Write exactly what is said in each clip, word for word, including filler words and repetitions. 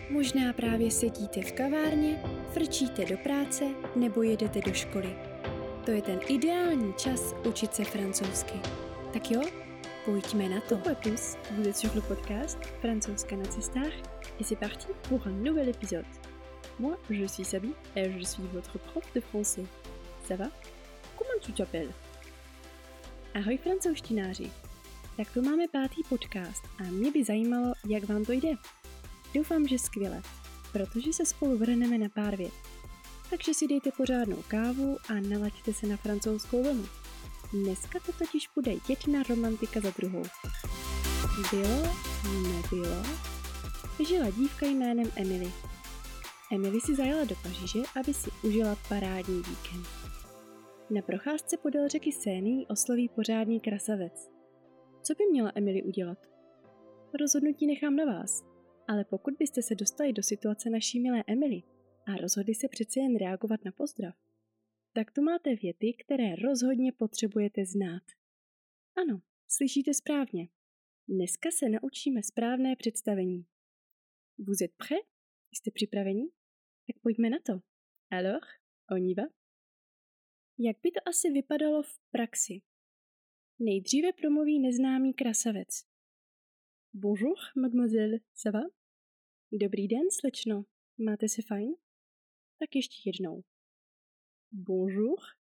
Možná právě sedíte v kavárně, frčíte do práce nebo jedete do školy. To je ten ideální čas učit se francouzsky. Tak jo, pojďme na to. Bonjour à tous, vous êtes sur le podcast Franzouska na cestách et c'est parti pour un nouvel épisode. Moi, je suis Sabi et je suis votre prof de français. Ça va? Comment tu t'appelles? Ahoj francouzštináři, tak to máme pátý podcast a mě by zajímalo, jak vám to jde. Doufám, že skvěle, protože se spolu vrhneme na pár vět. Takže si dejte pořádnou kávu a nalaďte se na francouzskou vlnu. Dneska to totiž bude jedna romantika za druhou. Bylo, nebylo, žila dívka jménem Emily. Emily si zajela do Paříže, aby si užila parádní víkend. Na procházce podél řeky Seiny jí osloví pořádný krasavec. Co by měla Emily udělat? Rozhodnutí nechám na vás, ale pokud byste se dostali do situace naší milé Emily a rozhodli se přece jen reagovat na pozdrav, tak tu máte věty, které rozhodně potřebujete znát. Ano, slyšíte správně. Dneska se naučíme správné představení. Vous êtes prêts? Jste připraveni? Tak pojďme na to. Alors, on y va? Jak by to asi vypadalo v praxi? Nejdříve promluví neznámý krasavec. Bonjour, mademoiselle, ça va? Dobrý den, slečno, máte se fajn? Tak ještě jednou. Bonjour,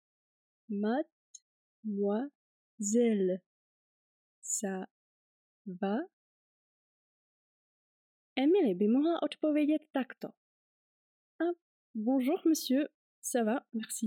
mademoiselle, ça va? Emily by mohla odpovědět takto. Ah, bonjour, monsieur, ça va, merci.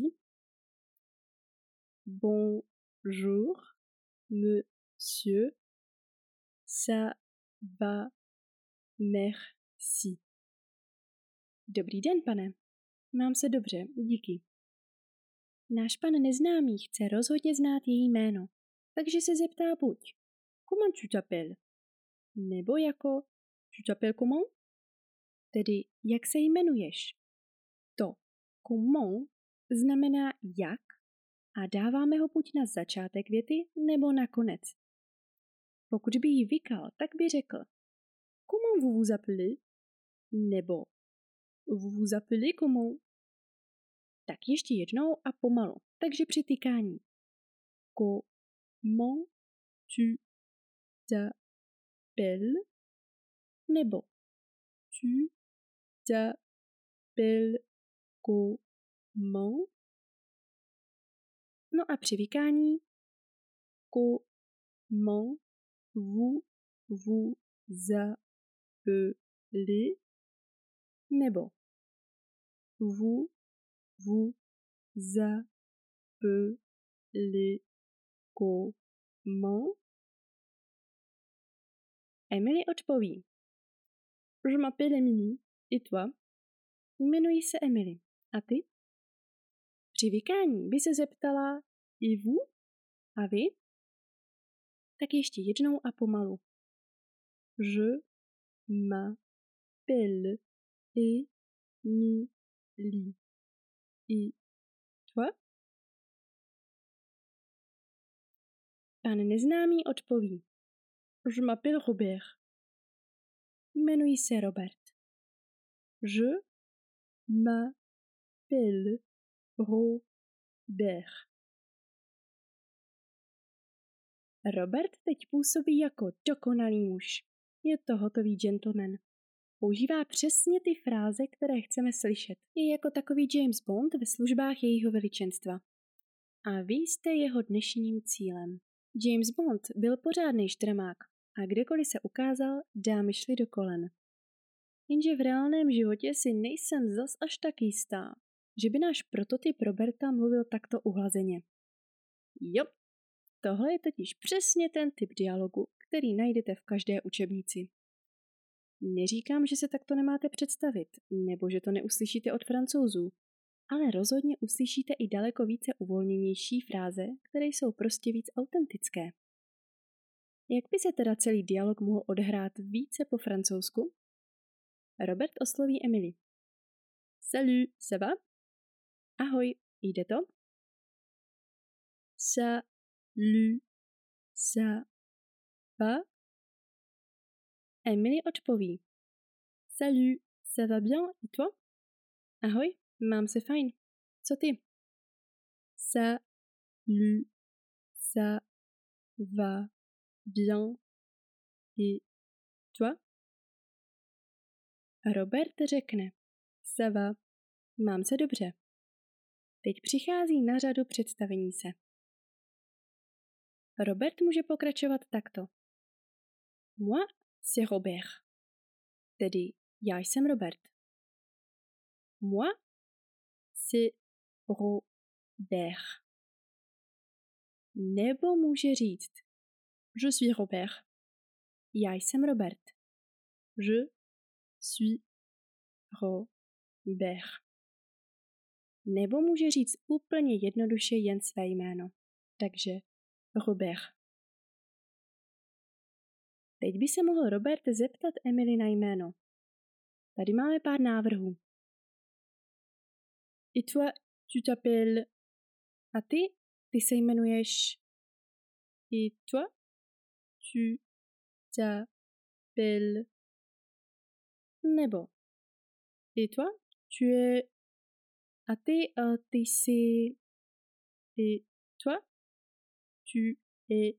Bonjour, monsieur, ça va, merci. Dobrý den, pane. Mám se dobře, díky. Náš pan neznámý chce rozhodně znát její jméno, takže se zeptá buď comment tu t'appelles, nebo jako tu t'appelles comment? Tedy jak se jmenuješ. To comment znamená jak a dáváme ho buď na začátek věty nebo na konec. Pokud by jí vykal, tak by řekl comment vous vous appelez? Nebo vous vous appelez comment? Tak ještě jednou a pomalu, takže při tykání. Comment tu t'appelles? Nebo tu t'appelles comment? No a při vykání comment vous vous appelez? Nebo vous vous appelez comment? Emily odpoví. Je m'appelle Emily. Et toi? Jmenuji se Emily. A ty? Při vykání by se zeptala et vous? A vy? Tak ještě jednou a pomalu. Je m'appelle Emily. Et toi? Pan neznámý odpoví. Je m'appelle Robert. Jmenuji se Robert. Je m'appelle Robert. Robert teď působí jako dokonalý muž. Je to hotový gentleman. Používá přesně ty fráze, které chceme slyšet. Je jako takový James Bond ve službách jejího veličenstva. A vy jste jeho dnešním cílem. James Bond byl pořádný štrmák a kdekoliv se ukázal, dámy šly do kolen. Jenže v reálném životě si nejsem zas až tak jistá, že by náš prototyp Roberta mluvil takto uhlazeně. Jo, tohle je totiž přesně ten typ dialogu, který najdete v každé učebnici. Neříkám, že se takto nemáte představit, nebo že to neuslyšíte od Francouzů, ale rozhodně uslyšíte i daleko více uvolněnější fráze, které jsou prostě víc autentické. Jak by se teda celý dialog mohl odehrát více po francouzsku? Robert osloví Emily. Salut, ça va? Ahoj, jde to? Salut, ça va? Emily odpoví. Salut, Ça va bien, et toi? Ahoj, mám se fajn. Co ty? Salut, ça va bien, et toi? Robert řekne, ça va, mám se dobře. Teď přichází na řadu představení se. Robert může pokračovat takto. Moi, c'est Robert. Tedy já jsem Robert. Moi, c'est Robert. Nebo může říct je suis Robert. Já jsem Robert. Je suis Robert. Nebo může říct úplně jednoduše jen své jméno. Takže Robert. Teď by se mohl Robert zeptat Emily na jméno. Tady máme pár návrhů. Et toi, tu t'appelles... A ty? Ty se jmenuješ... Et toi, tu t'appelles... Nebo... Et toi, tu es... A ty, a ty jsi... Et toi, tu es...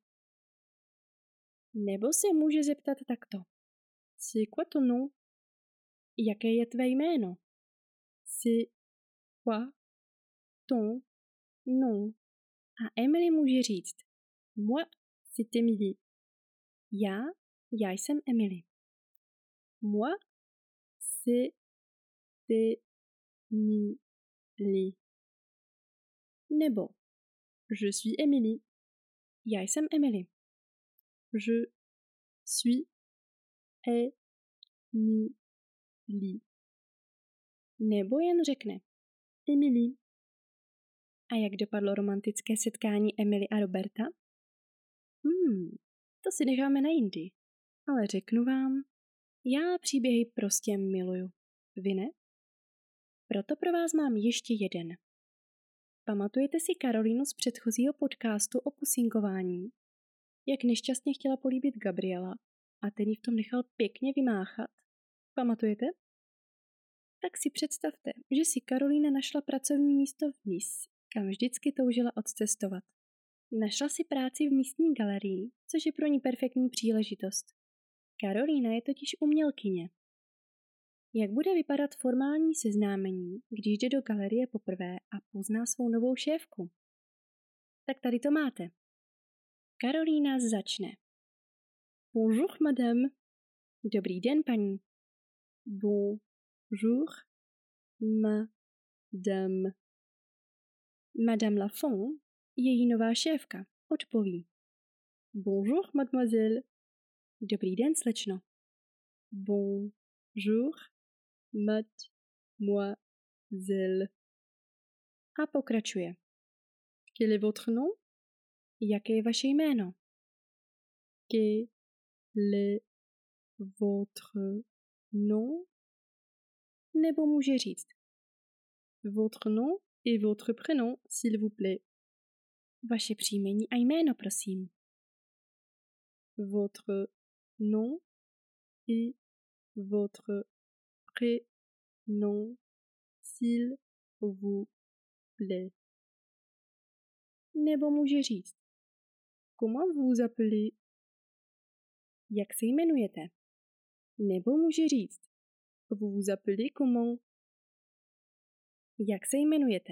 Nebo se může zeptat takto. C'est quoi ton nom? Jaké je tvé jméno? C'est quoi ton nom? A Emily může říct. Moi, c'est Emily. Já, já jsem Emily. Moi, c'est Emily. Nebo je suis Emily. Já jsem Emily. Je suis Emily. Nebo jen řekne Emily. A jak dopadlo romantické setkání Emily a Roberta? Hmm, to si necháme na jindy. Ale řeknu vám, já příběhy prostě miluju. Vy ne? Proto pro vás mám ještě jeden. Pamatujete si Karolínu z předchozího podcastu o pusinkování? Jak nešťastně chtěla políbit Gabriela a ten ji v tom nechal pěkně vymáchat? Pamatujete? Tak si představte, že si Karolína našla pracovní místo v Nice, kam vždycky toužila odcestovat. Našla si práci v místní galerii, což je pro ní perfektní příležitost. Karolína je totiž umělkyně. Jak bude vypadat formální seznámení, když jde do galerie poprvé a pozná svou novou šéfku? Tak tady to máte. Karolína začne. Bonjour, madame. Dobrý den, paní. Bonjour, madame. Madame Lafont, její nová šéfka, odpoví. Bonjour, mademoiselle. Dobrý den, slečno. Bonjour, mademoiselle. A pokračuje. Quel est votre nom? Jaké je vaše jméno? Quel est votre nom? Nebo může říct. Votre nom et votre prénom, s'il vous plaît. Vaše příjmení a jméno, prosím. Votre nom et votre prénom, s'il vous plaît. Nebo může říct. Comment vous vous appelez? Jak se jmenujete? Nebo může říct. Vous vous appelez comment? Jak se jmenujete?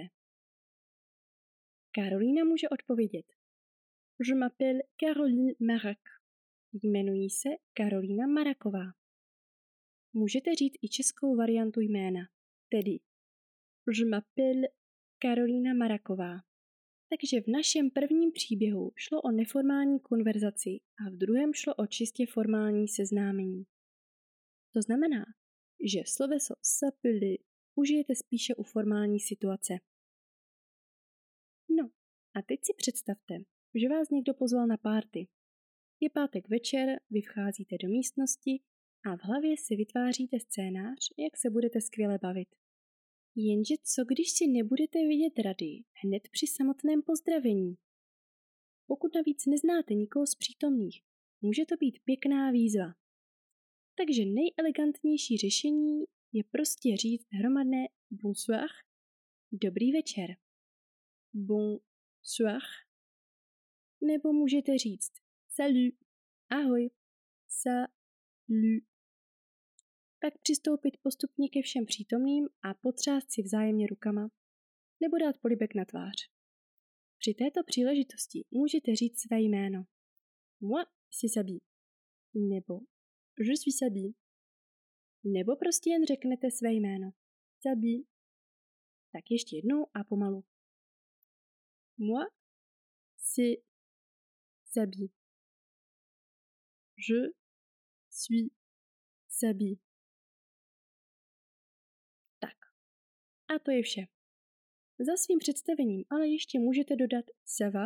Karolína může odpovědět. Je m'appelle Caroline Marac. Jmenuji se Karolína Maraková. Můžete říct i českou variantu jména, tedy Je m'appelle Karolína Maraková. Takže v našem prvním příběhu šlo o neformální konverzaci a v druhém šlo o čistě formální seznámení. To znamená, že sloveso s'appeler užijete spíše u formální situace. No, a teď si představte, že vás někdo pozval na párty. Je pátek večer, vy vcházíte do místnosti a v hlavě si vytváříte scénář, jak se budete skvěle bavit. Jenže co když si nebudete vědět rady hned při samotném pozdravení? Pokud navíc neznáte nikoho z přítomných, může to být pěkná výzva. Takže nejelegantnější řešení je prostě říct hromadné bonsoir, dobrý večer. Bonsoir. Nebo můžete říct salut, ahoj, salut. Pak přistoupit postupně ke všem přítomným a potřást si vzájemně rukama, nebo dát polibek na tvář. Při této příležitosti můžete říct své jméno. Moi, c'est Sabi. Nebo je suis Sabi. Nebo prostě jen řeknete své jméno. Sabi. Tak ještě jednou a pomalu. Moi, c'est Sabi. Je suis Sabi. Tak. A to je vše. Za svým představením ale ještě můžete dodat ça va?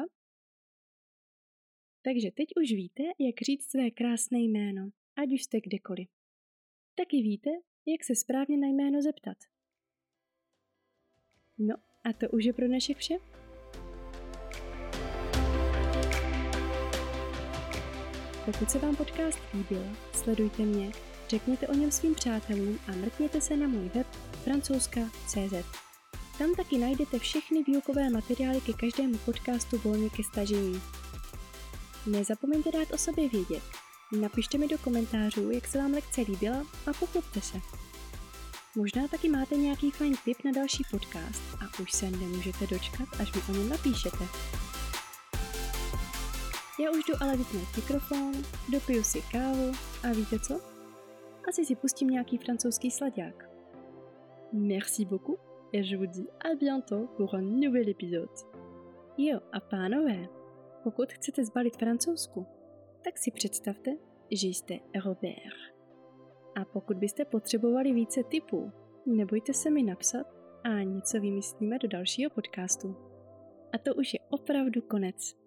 Takže teď už víte, jak říct své krásné jméno, ať už jste kdekoliv. Taky víte, jak se správně na jméno zeptat. No a to už je pro dnešek vše. Pokud se vám podcast líbil, sledujte mě, řekněte o něm svým přátelům a mrkněte se na můj web francouzska tečka cé zet. Tam taky najdete všechny výukové materiály ke každému podcastu volně ke stažení. Nezapomeňte dát o sobě vědět. Napište mi do komentářů, jak se vám lekce líbila a pochlubte se. Možná taky máte nějaký fajn tip na další podcast a už se nemůžete dočkat, až mi o něm napíšete. Já už jdu ale vypnout mikrofon, dopiju si kávu a víte co? Asi si pustím nějaký francouzský slaďák. Merci beaucoup et je vous dis à bientôt pour un nouvel épisode. Jo a pánové, pokud chcete zbalit francouzsku, tak si představte, že jste Robert. A pokud byste potřebovali více tipů, nebojte se mi napsat a něco vymyslíme do dalšího podcastu. A to už je opravdu konec.